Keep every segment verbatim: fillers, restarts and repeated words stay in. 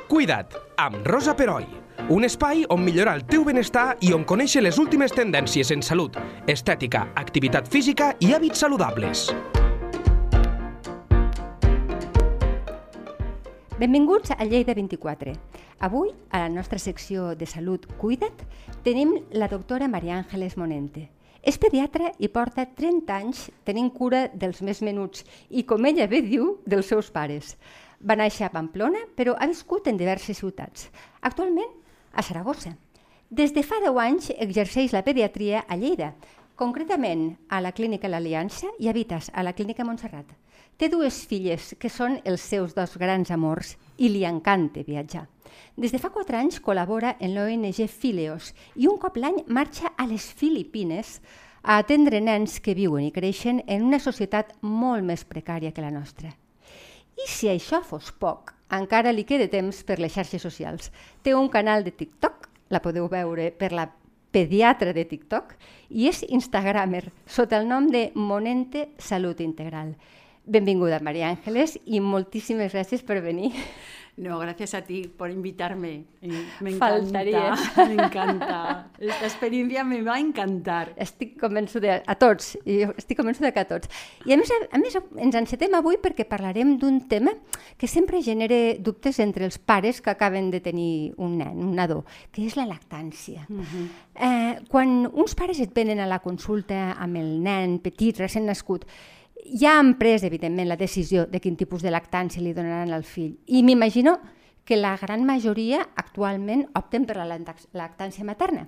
Cuida't, amb Rosa Peroi. Un espai on millorar el teu benestar i on conèixer les últimes tendències en salut, estètica, activitat física i hàbits saludables. Benvinguts a Lleida vint-i-quatre. Avui, a la nostra secció de Salut Cuida't, tenim la doctora Maria Ángeles Monente. És pediatra i porta trenta anys tenint cura dels més menuts i, com ella bé diu, dels seus pares. Va néixer a Pamplona, però ha viscut en diverses ciutats. Actualment, a Saragossa. Des de fa deu anys exerceix la pediatria a Lleida, concretament a la Clínica l'Aliança i a Vitas, a la Clínica Montserrat. Té dues filles, que són els seus dos grans amors, i li encanta viatjar. Des de fa quatre anys col·labora en l'O N G Fileos i un cop l'any marxa a les Filipines a atendre nens que viuen i creixen en una societat molt més precària que la nostra. I si això fos poc, encara li queda temps per les xarxes socials. Té un canal de TikTok, la podeu veure per la pediatra de TikTok, i és instagramer sota el nom de Monente Salut Integral. Benvinguda, María Ángeles, y moltíssimes gràcies per venir. No, gracias a ti por invitarme. Me encanta, Faltaria. me encanta. Esta experiencia me va a encantar. Estic convençuda a tots, i estic convençuda que a tots. I a més, a més ens encetem avui perquè parlarem d'un tema que sempre genera dubtes entre els pares que acaben de tenir un nen, un nadó, que és la lactància. Uh-huh. eh, quan uns pares et venen a la consulta amb el nen petit, recent nascut, ja han pres, evidentment, la decisió de quin tipus de lactància li donaran al fill. I m'imagino que la gran majoría actualment opten per la lactancia materna.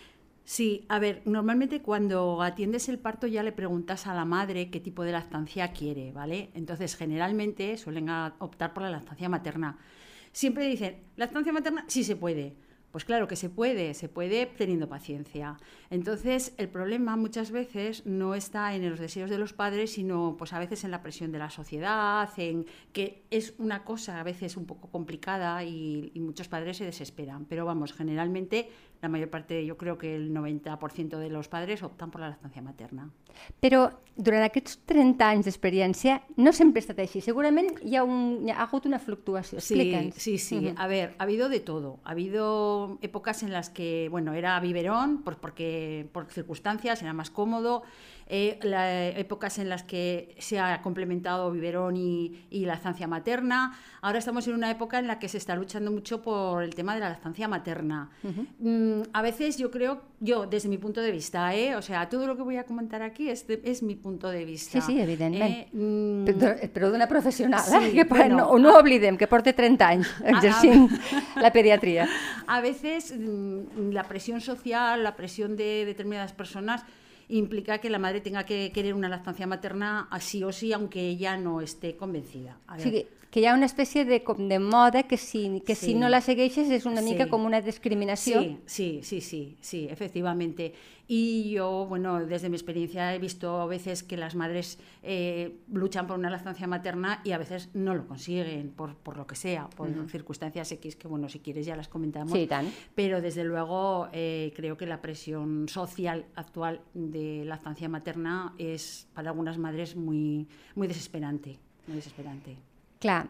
Sí, a ver, normalmente cuando atiendes el parto ya le preguntas a la madre qué tipo de lactancia quiere, ¿vale? Entonces, generalmente suelen optar por la lactancia materna. Siempre dicen, ¿lactancia materna? Sí se puede. Pues claro que se puede, se puede teniendo paciencia. Entonces, el problema muchas veces no está en los deseos de los padres, sino pues a veces en la presión de la sociedad, en que es una cosa a veces un poco complicada y, y muchos padres se desesperan. Pero vamos, generalmente la mayor parte, yo creo que el noventa por ciento de los padres optan por la lactancia materna. Però durant aquests trenta anys d'experiència no sempre ha estat així. Segurament hi ha, un, hi ha hagut una fluctuació. Explica'ns. Sí, sí, sí. Uh-huh. A ver, ha habido de todo. Ha habido épocas en las que, bueno, era biberón, pues porque por circunstancias era más cómodo. Eh, la, épocas en las que se ha complementado biberón y, y lactancia materna. Ahora estamos en una época en la que se está luchando mucho por el tema de la lactancia materna. Uh-huh. Mm, a veces yo creo, yo desde mi punto de vista, ¿eh? O sea, todo lo que voy a comentar aquí es, de, es mi punto de vista. Sí, sí, evidentment. Eh, mm, però, però d'una professional, sí, eh? Que bueno, no, no oblidem que porta trenta anys exercint a, la pediatria. A veces mm, la presión social, la presión de determinadas personas implica que la madre tenga que querer una lactancia materna así o sí, aunque ella no esté convencida. A ver. Sí, que hi ha una espècie de, de moda que, si, que sí. si no la segueixes és una mica sí. com una discriminació. Sí, sí, sí, sí, sí, efectivamente. Y yo, bueno, desde mi experiencia he visto a veces que las madres eh, luchan por una lactancia materna y a veces no lo consiguen, por, por lo que sea, por uh-huh. circunstancias X, que bueno, si quieres ya las comentamos. Sí, tant. Pero desde luego eh, creo que la presión social actual de lactancia materna es para algunas madres muy, muy desesperante, muy desesperante. Clar,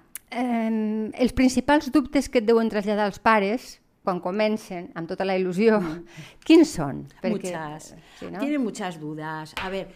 eh, els principals dubtes que et deuen traslladar els pares quan comencen amb tota la il·lusió, mm. quins son? Porque, muchas, sí, ¿no? Tienen muchas dudas. A ver,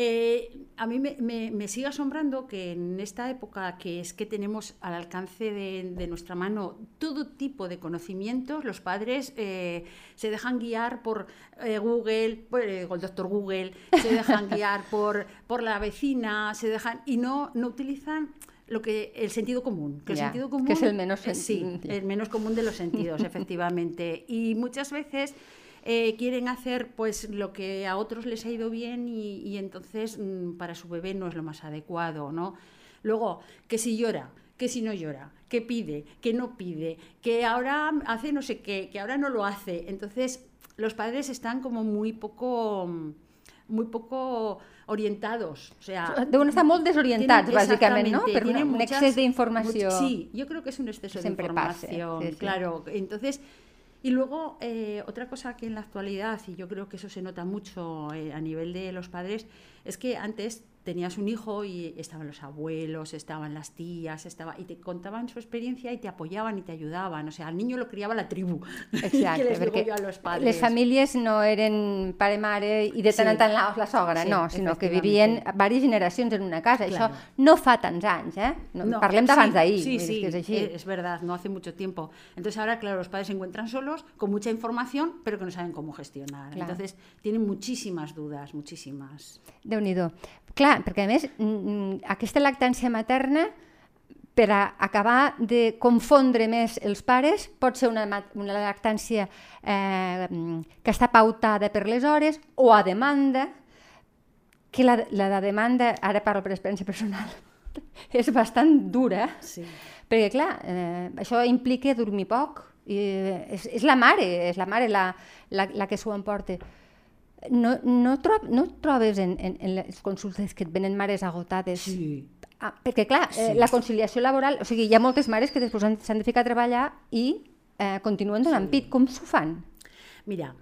eh, a mí me, me, me sigue asombrando que en esta época que es que tenemos al alcance de, de nuestra mano todo tipo de conocimientos, los padres eh, se dejan guiar por eh, Google, por eh, el doctor Google, se dejan guiar por, por la vecina, se dejan y no, no utilizan lo que el sentido común, que el ya, sentido común que es el menos eh, sí, el menos común de los sentidos, efectivamente. Y muchas veces eh, quieren hacer pues lo que a otros les ha ido bien y, y entonces mmm, para su bebé no es lo más adecuado, ¿no? Luego, que si llora, que si no llora, que pide, que no pide, que ahora hace no sé qué, que ahora no lo hace. Entonces, los padres están como muy poco muy poco orientados, o sea, deuen estar molt desorientats, tienen, bàsicament, no? Per un, un muchas, excés d'informació. Sí, yo creo que es un exceso de información, pasa, sí, sí. Claro. Entonces, y luego, eh, otra cosa que en la actualidad, y yo creo que eso se nota mucho eh, a nivel de los padres, es que antes tenías un hijo y estaban los abuelos, estaban las tías, estaba, y te contaban su experiencia y te apoyaban y te ayudaven. O sea, al niño lo criava la tribu. Exacte, que les perquè digo yo a los padres. les famílies no eren pare-mare i de tant Sí. en tant la, la sogra, Sí, no, sinó que efectivamente. vivien diverses generacions en una casa. Claro. Això no fa tants anys, eh? No, No, parlem d'abans sí, d'ahir, Sí, vull dir sí, que és així. es verdad, no hace mucho tiempo. Entonces ahora, claro, los padres se encuentran solos, con mucha información, pero que no saben cómo gestionar. Claro. Entonces tienen muchísimas dudas, muchísimas. Déu-n'hi-do. Clar, perquè a més, mm, aquesta lactància materna, per a acabar de confondre més els pares, pot ser una, ma- una lactància eh, que està pautada per les hores o a demanda, que la, la de demanda, ara parlo per experiència personal, és bastant dura, Sí. perquè clar, eh, això implica dormir poc, i és, és la mare, és la mare la, la, la que s'ho emporta. No, no, trob, no trobes en, en, en les consultes que et venen mares agotades? Sí. Ah, perquè clar, eh, Sí. la conciliació laboral, o sigui, hi ha moltes mares que després han- s'han de ficar a treballar i eh, continuen donant Sí. pit. Com s'ho fan? Mira,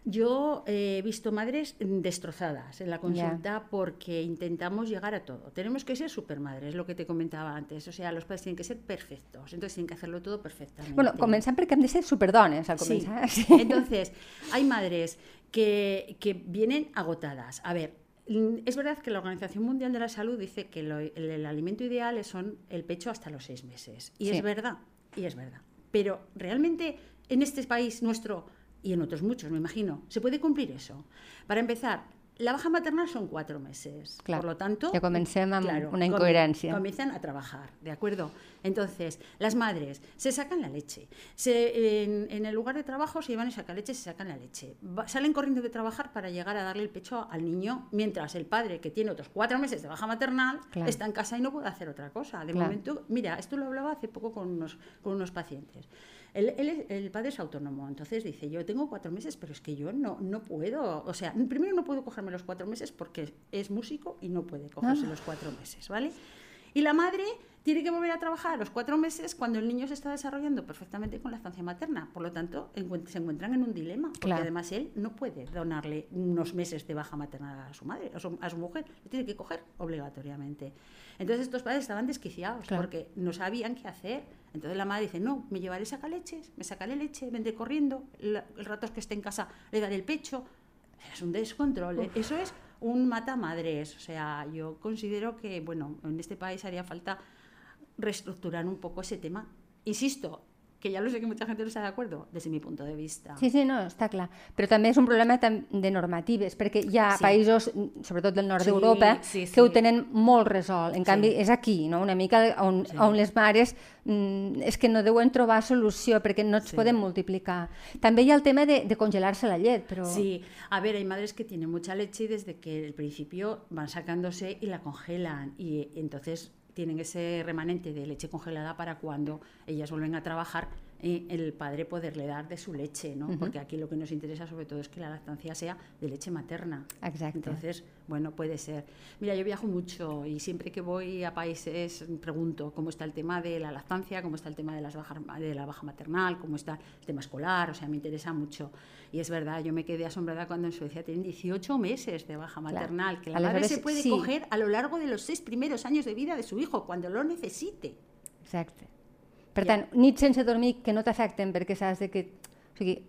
yo eh, he visto madres destrozadas en la consulta porque intentamos llegar a todo. Tenemos que ser supermadres, lo que te comentaba antes. O sea, los padres tienen que ser perfectos, entonces tienen que hacerlo todo perfectamente. Bueno, començant perquè hem de ser superdones al Sí. començar. Sí. Entonces, hay madres que, que vienen agotadas. A ver, mm, es verdad que la Organización Mundial de la Salud dice que lo- el, el alimento ideal son el pecho hasta los seis meses. Y Sí. es verdad, y es verdad. Pero realmente en este país nuestro, y en otros muchos, me imagino, ¿se puede cumplir eso? Para empezar, la baja maternal son cuatro meses. Clar. Por lo tanto, Ja comencem amb claro, una comi- incoherència. comienzan a trabajar, ¿de acuerdo? Entonces, las madres se sacan la leche. Se, en, en el lugar de trabajo se llevan y sacan leche, se sacan la leche. Va- salen corriendo de trabajar para llegar a darle el pecho al niño, mientras el padre, que tiene otros cuatro meses de baja maternal, Claro. está en casa y no puede hacer otra cosa. De Claro. momento, mira, esto lo hablaba hace poco con unos, con unos pacientes. El, el- el padre es autónomo, entonces dice, yo tengo cuatro meses, pero es que yo no, no puedo, o sea, primero no puedo cogerme los cuatro meses porque es músico y no puede cogerse Ah. los cuatro meses, ¿vale? Y la madre tiene que volver a trabajar a los cuatro meses cuando el niño se está desarrollando perfectamente con la lactancia materna. Por lo tanto, encuent- se encuentran en un dilema, porque Claro. además él no puede donarle unos meses de baja maternal a su madre, a su, a su mujer, lo tiene que coger obligatoriamente. Entonces estos padres estaban desquiciados Claro. porque no sabían qué hacer. Entonces la madre dice, no, me llevaré sacaleches, me sacaré leche, vendré corriendo, la- el rato que esté en casa le daré el pecho. Es un descontrol, ¿eh? Eso es un matamadres. O sea, yo considero que, bueno, en este país haría falta reestructurar un poco ese tema. Insisto, que ya lo sé que mucha gente no está de acuerdo, desde mi punto de vista. Sí, sí, no, està clar. Però també és un problema tam- de normatives, perquè hi ha Sí. països, sobretot del nord Sí, d'Europa, sí, sí. que ho tenen molt resolt. En Sí. canvi, és aquí, no? Una mica on, Sí. on les mares mm, és que no deuen trobar solució perquè no ens Sí. podem multiplicar. També hi ha el tema de, de congelar-se la llet, però... Sí, a ver, hay madres que tienen mucha leche y desde que el principio van sacándose y la congelan y entonces tienen ese remanente de leche congelada para cuando ellas vuelven a trabajar eh, el padre poderle dar de su leche, ¿no? Ujú. Porque aquí lo que nos interesa sobre todo es que la lactancia sea de leche materna. Exacte. Entonces, bueno, puede ser. Mira, yo viajo mucho y siempre que voy a países pregunto cómo está el tema de la lactancia, cómo está el tema de, las baja, de la baja maternal, cómo está el tema escolar, o sea, me interesa mucho. Y es verdad, yo me quedé asombrada cuando en Suecia tienen dieciocho meses de baja maternal, que la madre Aleshores, se puede sí. coger a lo largo de los seis primeros años de vida de su hijo, cuando lo necesite. Exacte. Per Ja. tant, nits sense dormir que no t'afecten perquè saps de que... O sigui,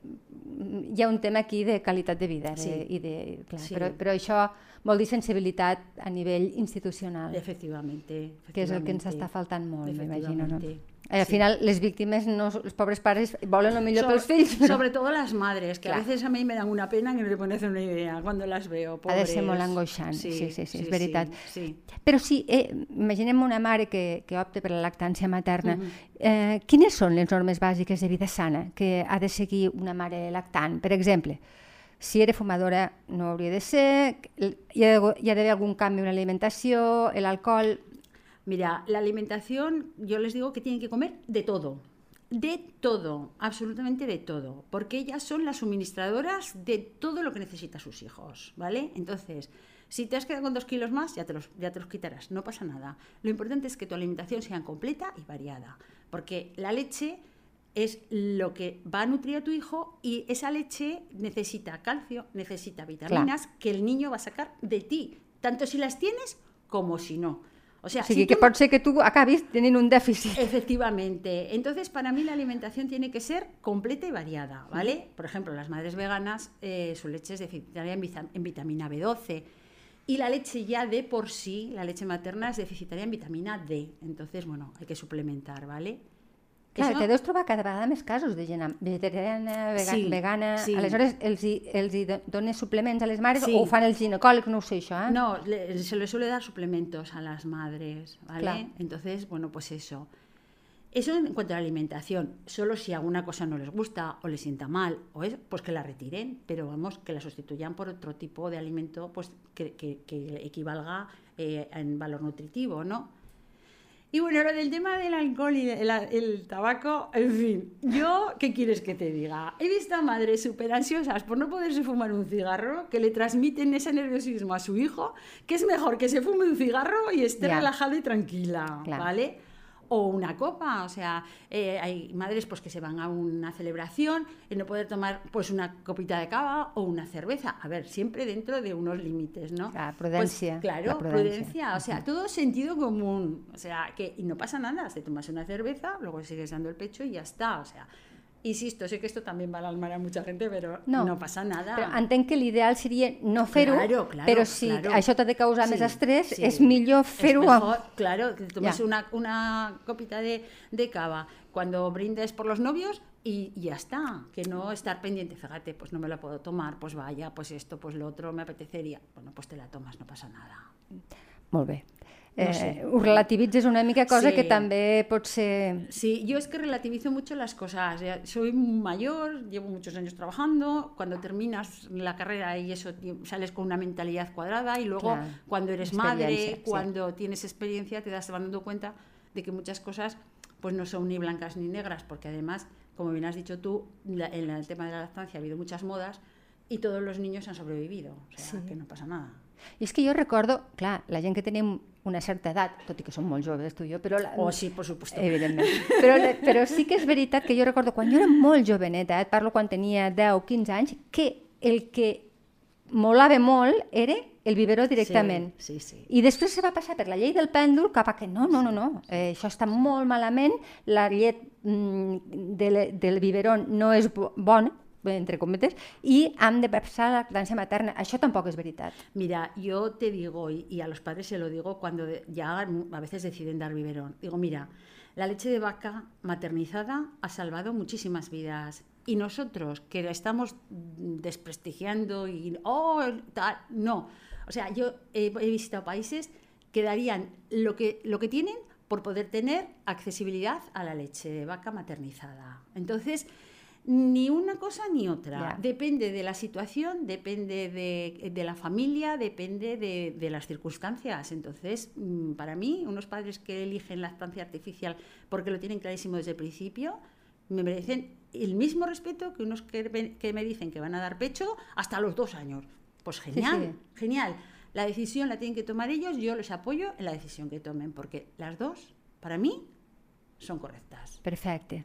hi ha un tema aquí de qualitat de vida. De, Sí. i de, clar, Sí. però, però això vol dir sensibilitat a nivell institucional, Efectivamente. que és el que ens efectivamente. està faltant molt, m'imagino. No? Efectivamente. Al Sí. final, les víctimes, no, els pobres pares, volen el millor Sobre- pels fills, però Sobre todo las madres, que Clar. a veces a mí me dan una pena que no te pones una idea cuando las veo. ha de ser pobres. molt angoixant. Sí, sí, sí, sí és veritat. Sí, Però sí, eh, imaginem una mare que, que opta per la lactància materna. Mhm. eh, quines són les normes bàsiques de vida sana que ha de seguir una mare lactant? Per exemple, si era fumadora no hauria de ser, hi ha, hi ha d'haver algun canvi en l'alimentació, l'alcohol... Mira, la alimentación, yo les digo que tienen que comer de todo. De todo, absolutamente de todo, porque ellas son las suministradoras de todo lo que necesitan sus hijos, ¿vale? Entonces, si te has quedado con dos kilos más, ya te los, ya te los quitarás, no pasa nada. Lo importante es que tu alimentación sea completa y variada, porque la leche es lo que va a nutrir a tu hijo y esa leche necesita calcio, necesita vitaminas que el niño va a sacar de ti, tanto si las tienes como si no. O sea, o sigui, si que tú... pot ser que tu acabis tenint un dèficit. Efectivamente. Entonces, para mí la alimentación tiene que ser completa y variada, ¿vale? Por ejemplo, las madres veganas, eh, su leche es deficitaria en, vita- en vitamina B doce. Y la leche ya de por sí, la leche materna es deficitaria en vitamina D. Entonces, bueno, hay que suplementar, ¿vale? Clar, Eso... te deus trobar cada vegada més casos de gent vegetariana, vega, Sí, vegana... sí. Aleshores, els, hi, els hi dones suplements a les mares Sí. o ho fan els ginecòlegs? No ho sé, això, eh? No, le- se les suele dar suplementos a las madres, ¿vale? Claro. Entonces, bueno, pues eso. Eso en cuanto a la alimentación. Solo si alguna cosa no les gusta o les sienta mal, o es, pues que la retiren, pero vamos, que la sustituyan por otro tipo de alimento pues que, que, que equivalga eh, en valor nutritivo, ¿no? Y bueno, lo del tema del alcohol y el, el tabaco, en fin, yo, ¿qué quieres que te diga? He visto a madres súper ansiosas por no poderse fumar un cigarro, que le transmiten ese nerviosismo a su hijo, que es mejor que se fume un cigarro y esté Ya. relajada y tranquila, Claro. ¿vale? O una copa, o sea, eh, hay madres pues que se van a una celebración y no poder tomar pues una copita de cava o una cerveza, a ver, siempre dentro de unos límites, ¿no? La prudencia, Pues, claro, la prudencia. prudencia, o sea, todo sentido común, o sea, que y no pasa nada, te tomas una cerveza, luego sigues dando el pecho y ya está, o sea, insisto, sé que esto también va a alarmar a mucha gente, pero no, No, pasa nada. Però entenc que l'ideal seria no fer-ho, Claro, claro, però si claro. això t'ha de causar Sí, més estrès, sí. és millor fer-ho Es amb... mejor, claro, que te tomes Ya. una, una copita de, de cava cuando brindes por los novios y y ya está, que no estar pendiente, fíjate, pues no me la puedo tomar, pues vaya, pues esto, pues lo otro, me apetecería. Bueno, pues te la tomas, no pasa nada. Molt bé. No Eh, sé. ho relativitzes una mica, cosa Sí. que també pot ser... Sí, yo es que relativizo mucho las cosas. Ya soy mayor, llevo muchos años trabajando. Cuando terminas la carrera y eso ti- sales con una mentalidad cuadrada y luego Claro, cuando eres experiencia, madre, sí. cuando tienes experiencia, te das dando cuenta de que muchas cosas pues no son ni blancas ni negras, porque además, como bien has dicho tú, la- en el tema de la lactancia ha habido muchas modas y todos los niños han sobrevivido. O sea, Sí. que no pasa nada. I és que jo recordo, clar, la gent que tenim una certa edat, tot i que som molt joves, tu i jo, però... La... Oh, sí, por supuesto. Evidentment. Però, però sí que és veritat que jo recordo, quan jo era molt joveneta, et parlo quan tenia deu o quinze anys, que el que molava molt era el biberó directament. Sí, sí, sí. I després se va passar per la llei del pèndol cap a que no, no, no, no, eh, això està molt malament, la llet mm, de le, del biberó no és bo- bona, entre cometes, i hem de passar a la lactància materna. Això tampoc és veritat. Mira, yo te digo, y, y a los padres se lo digo cuando de- ya a veces deciden dar biberón, digo, mira, la leche de vaca maternizada ha salvado muchísimas vidas. Y nosotros, que la estamos mm, desprestigiando y, oh, tal, no. O sea, yo he, he visitado países que darían lo que, lo que tienen por poder tener accesibilidad a la leche de vaca maternizada. Entonces, ni una cosa ni otra. Ya. Depende de la situación, depende de, de la familia, depende de, de las circunstancias. Entonces, mm, para mí, unos padres que eligen lactancia artificial porque lo tienen clarísimo desde el principio, me merecen el mismo respeto que unos que, ven- que me dicen que van a dar pecho hasta los dos años. Pues genial, sí. genial. La decisión la tienen que tomar ellos, yo les apoyo en la decisión que tomen, porque las dos, para mí, son correctas. Perfecte.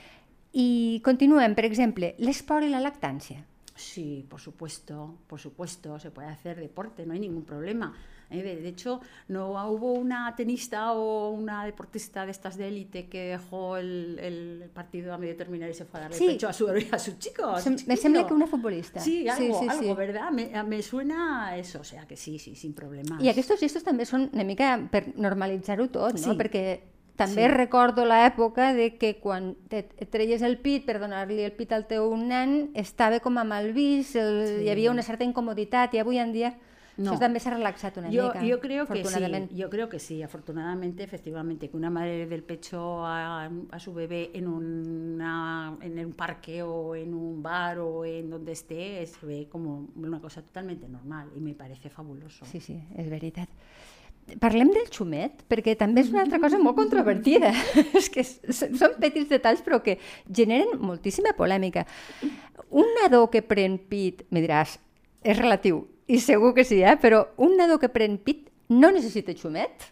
I continuem, per exemple, l'esport i la lactància. Sí, por supuesto, por supuesto, se puede hacer deporte, no hay ningún problema. Eh, De de hecho, no hubo una tenista o una deportista de estas de élite que dejó el, el partido a medio terminar y se fue a darle Sí. pecho a su, a su chico. a su Sem- me chiquillo. sembla que una futbolista. Sí, algo, sí, sí, algo sí. ¿verdad? Me, me suena a eso, o sea que sí, sí, sin problemas. I aquests gestos també són una mica per normalitzar-ho tot, no? Sí. Perquè també Sí. recordo l'època de que quan te et treies el pit per donar-li el pit al teu nen estava com a mal vist, el, Sí. hi havia una certa incomoditat i avui en dia No. això també s'ha relaxat una Yo, mica, yo creo que sí, afortunadament. yo creo que sí, afortunadamente, efectivamente, que una madre del pecho a, a su bebé en, una, en un parque o en un bar o en donde esté, se ve como una cosa totalmente normal y me parece fabuloso. Sí, sí, és veritat. Parlem del xumet, perquè també és una altra cosa molt controvertida. És que s- són petits detalls però que generen moltíssima polèmica. Un nadó que pren pit, me diràs, és relatiu, i segur que sí, eh? Però un nadó que pren pit no necessita xumet?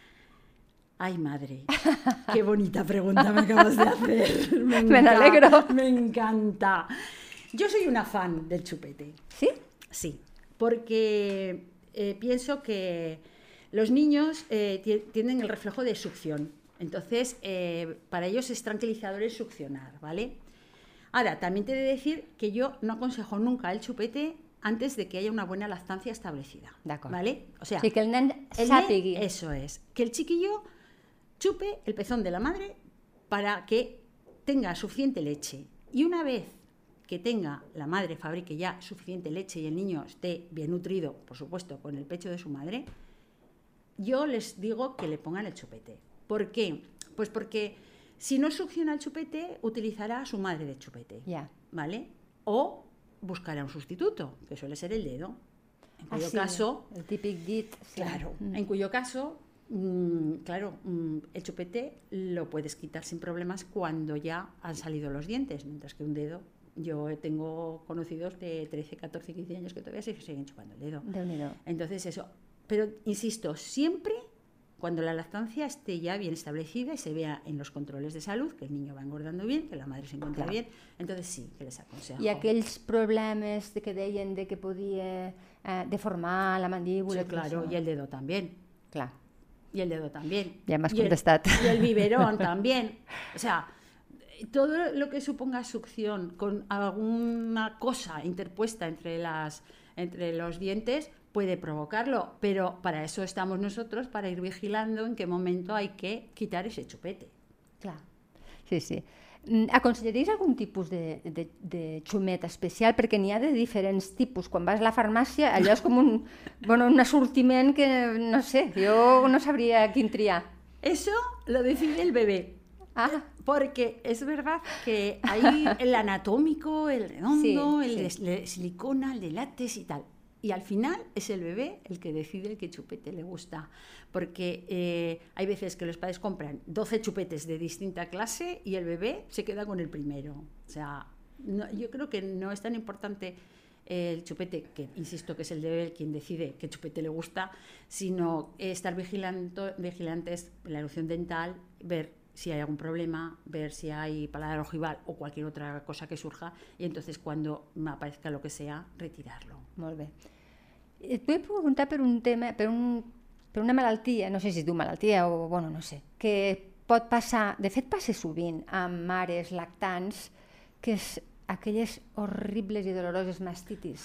Ay, madre, qué bonita pregunta me acabas de hacer. Me, Me enca- alegro. Me encanta. Yo soy una fan del chupete. Sí? Sí, porque eh, pienso que Los niños eh, tienen el reflejo de succión. Entonces, eh, para ellos es tranquilizador el succionar, ¿vale? Ahora, también te he de decir que yo no aconsejo nunca el chupete antes de que haya una buena lactancia establecida, ¿vale? O sea, sí, que el nen el sàpigui. nen, eso es, que el chiquillo chupe el pezón de la madre para que tenga suficiente leche. Y una vez que tenga la madre, fabrique ya suficiente leche y el niño esté bien nutrido, por supuesto, con el pecho de su madre, yo les digo que le pongan el chupete. ¿Por qué? Pues porque si no succiona el chupete, utilizará a su madre de chupete, yeah. ¿vale? O buscará un sustituto, que suele ser el dedo. En cuyo ah, sí, caso... el típic dit. Sí. Claro, mm. en cuyo caso, mmm, claro, mmm, el chupete lo puedes quitar sin problemas cuando ya han salido los dientes, mientras que un dedo... Yo tengo conocidos de trece, catorce, quince años que todavía se siguen chupando el dedo. Déu-n'hi-do. Entonces eso, pero insisto, siempre cuando la lactancia esté ya bien establecida y se vea en los controles de salud que el niño va engordando bien, que la madre se encuentra Clar. bien, entonces sí, que les aconsejo. I aquells problemes de que deien de que podia eh, deformar la mandíbula... Sí, claro, y el dedo también. Clar. Y el dedo también. Ja m'has Y el- contestat. Y el biberón también. O sea, todo lo que suponga succión con alguna cosa interpuesta entre, las, entre los dientes puede provocarlo, pero para eso estamos nosotros, para ir vigilando en qué momento hay que quitar ese chupete. Clar. Sí, sí. Mm, Aconsellaries algun tipus de, de, de xumet especial? Perquè n'hi ha de diferents tipus. Quan vas a la farmàcia, allò és com un, bueno, un assortiment que, no sé, jo no sabria quin triar. Eso lo decide el bebé. Ah, Porque es verdad que hay el anatómico, el redondo, Sí, el de sí. de silicona, el de látex y tal. Y al final es el bebé el que decide qué chupete le gusta. Porque eh, hay veces que los padres compran doce chupetes de distinta clase y el bebé se queda con el primero. O sea, no- yo creo que no es tan importante el chupete, que insisto que es el bebé quien decide qué chupete le gusta, sino estar vigilando, vigilantes en la erupción dental, ver si hay algún problema, ver si hay paladar ojival o cualquier otra cosa que surja, y entonces cuando me aparezca lo que sea, retirarlo. molt bé. Et vull preguntar per un tema, per, un, per una malaltia, no sé si es diu malaltia o, bueno, no sé, que pot passar, de fet passa sovint amb mares lactants, que és aquelles horribles i doloroses mastitis.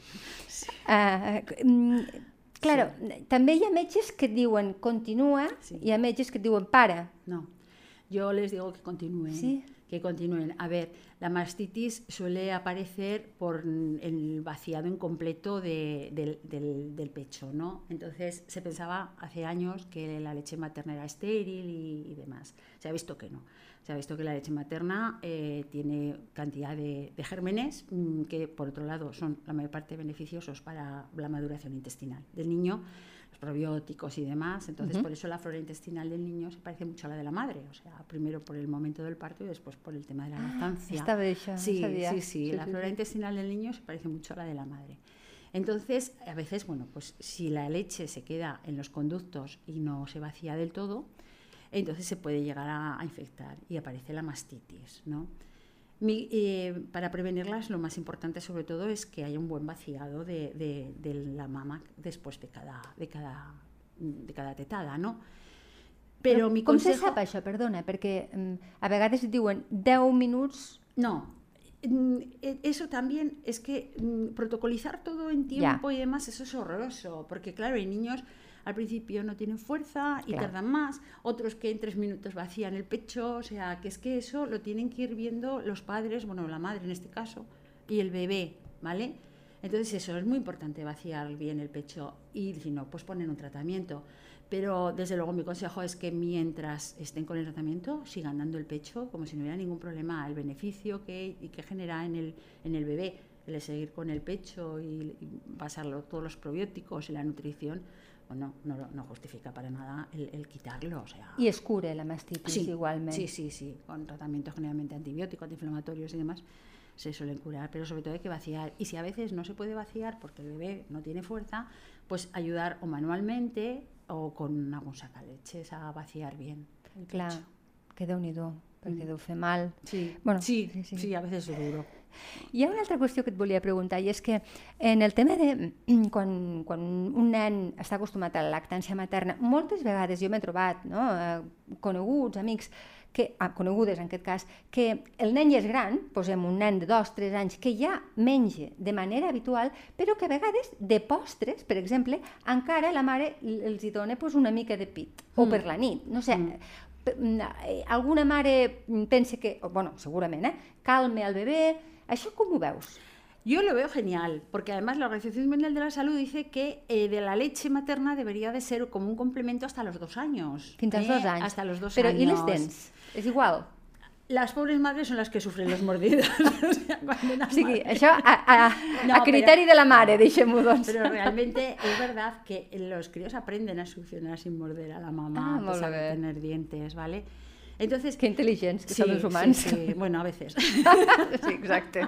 Sí. Uh, mm, claro, sí. També hi ha metges que et diuen continua, Sí. i hi ha metges que et diuen para. No, yo les digo que continúen, Sí. que continúen. A ver, la mastitis suele aparecer por el vaciado incompleto de- del, del- del pecho, ¿no? Entonces se pensaba hace años que la leche materna era estéril y, y demás. Se ha visto que no. Se ha visto que la leche materna eh, tiene cantidad de, de gérmenes mmm, que, por otro lado, son la mayor parte beneficiosos para la maduración intestinal del niño, los probióticos y demás. Entonces, Ujú. por eso la flora intestinal del niño se parece mucho a la de la madre. O sea, primero por el momento del parto y después por el tema de la lactancia. Estava això, Sí, no sabia. sí, sí, la flora intestinal del niño se parece mucho a la de la madre. Entonces, a veces, bueno, pues si la leche se queda en los conductos y no se vacía del todo, entonces se puede llegar a, a infectar y aparece la mastitis, ¿no? Mi- eh, para prevenirlas, lo más importante sobre todo es que haya un buen vaciado de, de- de la mama después de cada, de cada, de cada tetada, ¿no? Però mi Com se consejo... sap això? Perdona, perquè mm, a vegades et diuen deu minuts. No, mm, e- eso también es que mm, protocolizar todo en tiempo y demás, eso es horroroso, porque claro, hay niños al principio no tienen fuerza y Claro. tardan más, otros que en tres minutos vacían el pecho, o sea, que es que eso lo tienen que ir viendo los padres, bueno, la madre en este caso, y el bebé, ¿vale? Entonces eso, es muy importante vaciar bien el pecho y si no, pues poner un tratamiento. Pero desde luego mi consejo es que mientras estén con el tratamiento sigan dando el pecho como si no hubiera ningún problema. El beneficio que, y que genera en el, en el bebé el de seguir con el pecho y, y pasarlo todos los probióticos y la nutrición, bueno, no, no justifica para nada el, el quitarlo. O sea, I es cura la mastitis sí, igualment. sí, sí, sí, con tratamientos generalmente antibióticos, antiinflamatorios y demás se suelen curar, pero sobre todo hay que vaciar. Y si a veces no se puede vaciar porque el bebé no tiene fuerza, pues ayudar o manualmente o con algún sacaleches a vaciar bien el Clar, pecho. que Déu-n'hi-do, perquè deu fer mal. Sí, Bueno, sí, sí, sí, sí. a veces es duro. Hi ha una altra qüestió que et volia preguntar, i és que en el tema de quan, quan un nen està acostumat a la lactància materna, moltes vegades jo m'he trobat, no, eh, coneguts, amics, que, ah, conegudes en aquest cas, que el nen ja és gran, posem un nen de dos o tres anys, que ja menja de manera habitual, però que a vegades de postres, per exemple, encara la mare els hi dona pues, una mica de pit, o per la nit, no sé, mm. alguna mare pensa que, bueno, segurament, eh, calme al bebè, això com ho veus? Yo lo veo genial, porque además la Organización Mundial de la Salud dice que eh, de la leche materna debería de ser como un complemento hasta los dos años. Fins als eh? dos anys. Hasta los dos Però años. i les dents? És igual? Las pobres madres son las que sufren los mordidos. O sea, o sigui, això a, a, no, a criteri pero, de la mare, deixem-ho doncs. Pero realmente es verdad que los críos aprenden a succionar sin morder a la mamá, ah, a pesar de tener dientes, ¿vale? Entonces, qué inteligents que sí, són els humans. Sí, sí. Bueno, a veces. Sí, exacte.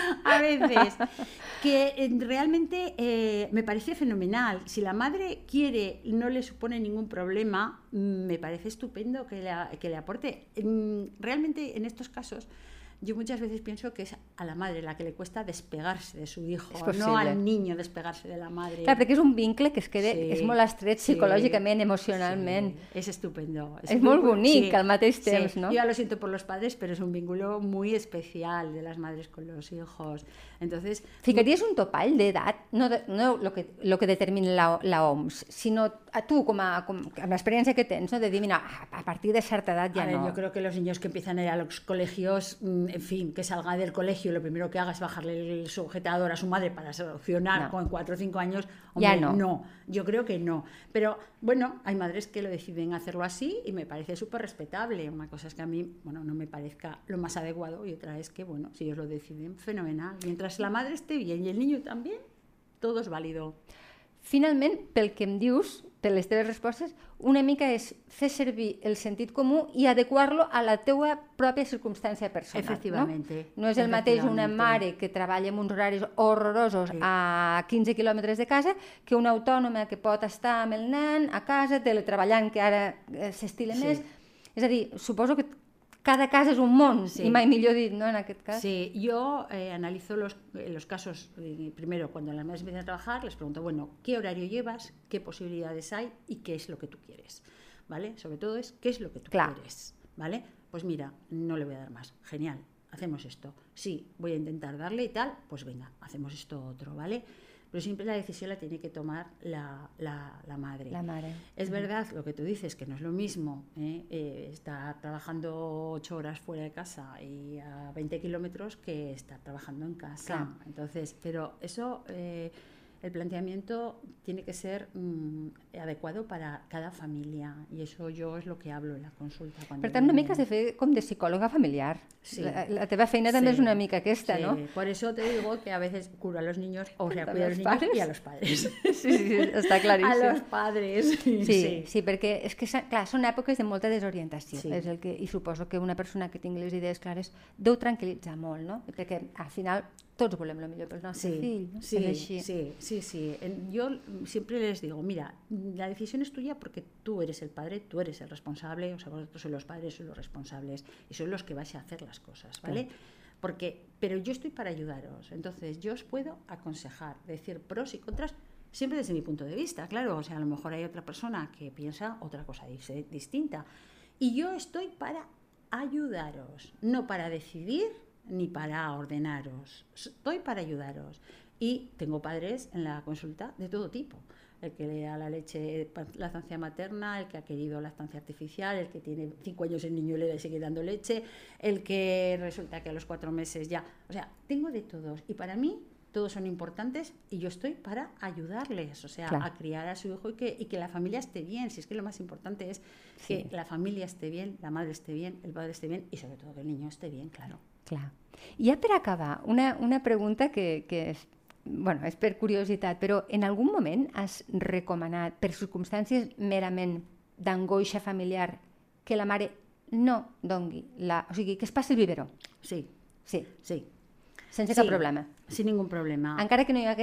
A veces. Que eh, realmente eh, me parece fenomenal. Si la madre quiere, no le supone ningún problema, me parece estupendo que le, que le aporte. Realmente en estos casos, yo muchas veces pienso que es a la madre la que le cuesta despegarse de su hijo, no al niño despegarse de la madre. Clar, perquè és un vincle que es queda, sí, és molt estret sí, psicològicament, emocionalment. Sí, es estupendo. Es, es molt bonic sí, al mateix temps, sí. ¿no? Yo ya lo siento por los padres, pero es un vínculo muy especial de las madres con los hijos. Entonces, ficaries un topall d'edat, no, de, no lo que, lo que determina la, la O M S, sinó a tu, com a, com, amb l'experiència que tens, no? De dir, mira, a partir de certa edat ja a ver, no. Yo creo que los niños que empiezan a ir a los colegios, en fin, que salga del colegio, lo primero que haga es bajarle el sujetador a su madre para solucionar no. con cuatro o cinco años. Hombre, ya no. No, yo creo que no. Pero bueno, hay madres que lo deciden hacerlo así y me parece súper respetable. Una cosa es que a mí, bueno, no me parezca lo más adecuado y otra es que, bueno, si ellos lo deciden, fenomenal. Mientras la madre esté bien y el niño también, todo es válido. Finalment, pel que em dius, per les teves respostes, una mica és fer servir el sentit comú i adequar-lo a la teua pròpia circumstància personal. Efectivamente. No, no és el mateix una mare que treballa en uns horaris horrorosos sí. a quinze quilòmetres de casa que una autònoma que pot estar amb el nen a casa, teletreballant, que ara s'estila sí. més. És a dir, suposo que cada casa es un món, sí. y mai millor dit, ¿no? En aquest cas. Sí, yo eh, analizo los, eh, los casos, eh, primero cuando las madres empiezan a trabajar, les pregunto, bueno, ¿qué horario llevas? ¿Qué posibilidades hay? ¿Y qué es lo que tú quieres? ¿Vale? Sobre todo es, ¿qué es lo que tú claro. quieres? ¿Vale? Pues mira, no le voy a dar más. Genial, hacemos esto. Sí, voy a intentar darle y tal, pues venga, hacemos esto otro, ¿vale? Pero siempre la decisión la tiene que tomar la, la, la madre. La madre. Es verdad lo que tú dices, que no es lo mismo ¿eh? Eh, estar trabajando ocho horas fuera de casa y a veinte kilómetros que estar trabajando en casa. Claro. Entonces, pero eso, eh, el planteamiento tiene que ser mmm, adecuado para cada familia y eso yo es lo que hablo en la consulta. Per tant, una mica has de fer com de psicòloga familiar. Sí. La, la teva feina també sí. és una mica aquesta, sí. no? Por eso te digo que a veces curo a los niños, o sea, cuido a los niños padres? y a los padres. Sí, sí, està claríssim. A los padres. Sí, sí, sí, perquè és que, clar, són èpoques de molta desorientació. Sí. És el que, I suposo que una persona que tingui les idees clares deu tranquil·litzar molt, no? Perquè al final tots volem el millor pel nostre sí, fill. No? Sí, és així. sí, sí, sí. Yo siempre les digo, mira, la decisión es tuya porque tú eres el padre, tú eres el responsable, o sea, vosotros sois los padres, sois los responsables y sois los que vais a hacer las cosas, ¿vale? Claro. Porque, pero yo estoy para ayudaros, entonces yo os puedo aconsejar, decir pros y contras, siempre desde mi punto de vista, claro, o sea, a lo mejor hay otra persona que piensa otra cosa distinta y yo estoy para ayudaros, no para decidir ni para ordenaros, estoy para ayudaros. Y tengo padres en la consulta de todo tipo, el que le da la leche, lactancia materna, el que ha querido lactancia artificial, el que tiene cinco años el niño y le sigue dando leche, el que resulta que a los cuatro meses ya, o sea, tengo de todos y para mí todos son importantes y yo estoy para ayudarles, o sea, claro. a criar a su hijo y que, y que la familia esté bien, si es que lo más importante es sí. que la familia esté bien, la madre esté bien, el padre esté bien y sobre todo que el niño esté bien, claro. Clar. I ja per acabar, una, una pregunta que, que és, bueno, és per curiositat, però en algun moment has recomanat, per circumstàncies merament d'angoixa familiar, que la mare no dongui, la, o sigui, que es passi el biberó? Sí. Sí. Sí. Sense sí, cap problema? Sin ningún problema. Encara que no hi hagués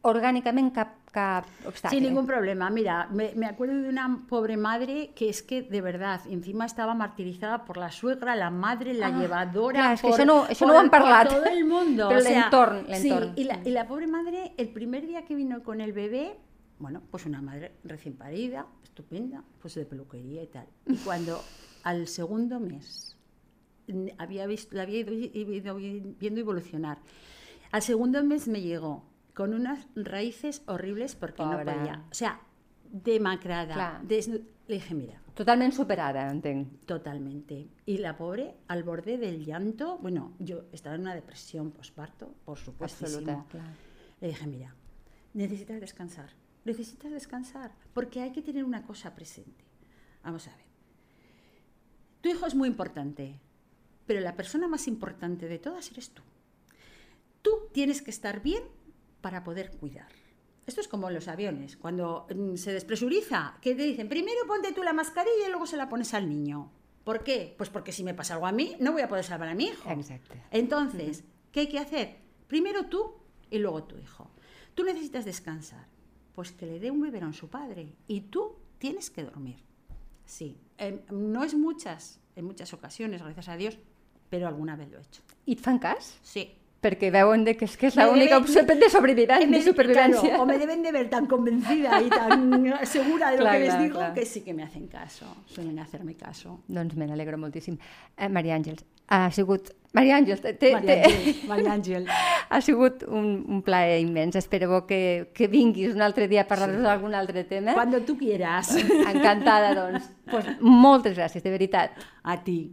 orgánicamente cap, cap obstáculo. Sin ningún problema. Mira, me, me acuerdo de una pobre madre que es que, de verdad, encima estaba martirizada por la suegra, la madre, la ah, llevadora, clar, és por, que això no, això por, no ho han parlat. por todo el mundo. Pero o sea, l'entorn, l'entorn. Sí, y la, y la pobre madre, el primer día que vino con el bebé, bueno, pues una madre recién parida, estupenda, pues de peluquería y tal. Y cuando al segundo mes había visto, la había ido, ido viendo evolucionar, al segundo mes me llegó con unas raíces horribles porque Pobre. no podía. O sea, demacrada. Desnu... Le dije, mira. Totalmente superada, entiendo. Totalmente. Y la pobre, al borde del llanto, bueno, yo estaba en una depresión posparto, por supuesto. Claro. Le dije, mira, necesitas descansar. Necesitas descansar, porque hay que tener una cosa presente. Vamos a ver. Tu hijo es muy importante, pero la persona más importante de todas eres tú. Tú tienes que estar bien para poder cuidar. Esto es como en los aviones, cuando se despresuriza, que te dicen, primero ponte tú la mascarilla y luego se la pones al niño. ¿Por qué? Pues porque si me pasa algo a mí, no voy a poder salvar a mi hijo. Exacto. Entonces, uh-huh. ¿qué hay que hacer? Primero tú y luego tu hijo. Tú necesitas descansar, pues que le dé un biberón a su padre y tú tienes que dormir. Sí, eh, no es muchas, en muchas ocasiones, gracias a Dios, pero alguna vez lo he hecho. ¿Y et fan cas? Sí. Perquè veuen de que és, que és l'única opció de sobrevivencia, de supervivencia. Claro, o me deben de ver tan convencida y tan segura de lo clar, que les clar, digo clar. que sí que me hacen caso, suelen hacerme caso. Doncs me n'alegro moltíssim. Eh, Maria Àngels, ha sigut... Maria Àngels, te, Maria Àngel, Maria Àngel. ha sigut un, un plaer immens. Espero que, que vinguis un altre dia a parlar-nos sí. d'algun altre tema. Cuando tú quieras. Encantada, doncs. Pues, moltes gràcies, de veritat. A ti.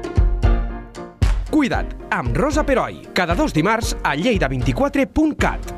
Cuida't, amb Rosa Peroi, cada dos dimarts a lleida vint quatre punt cat.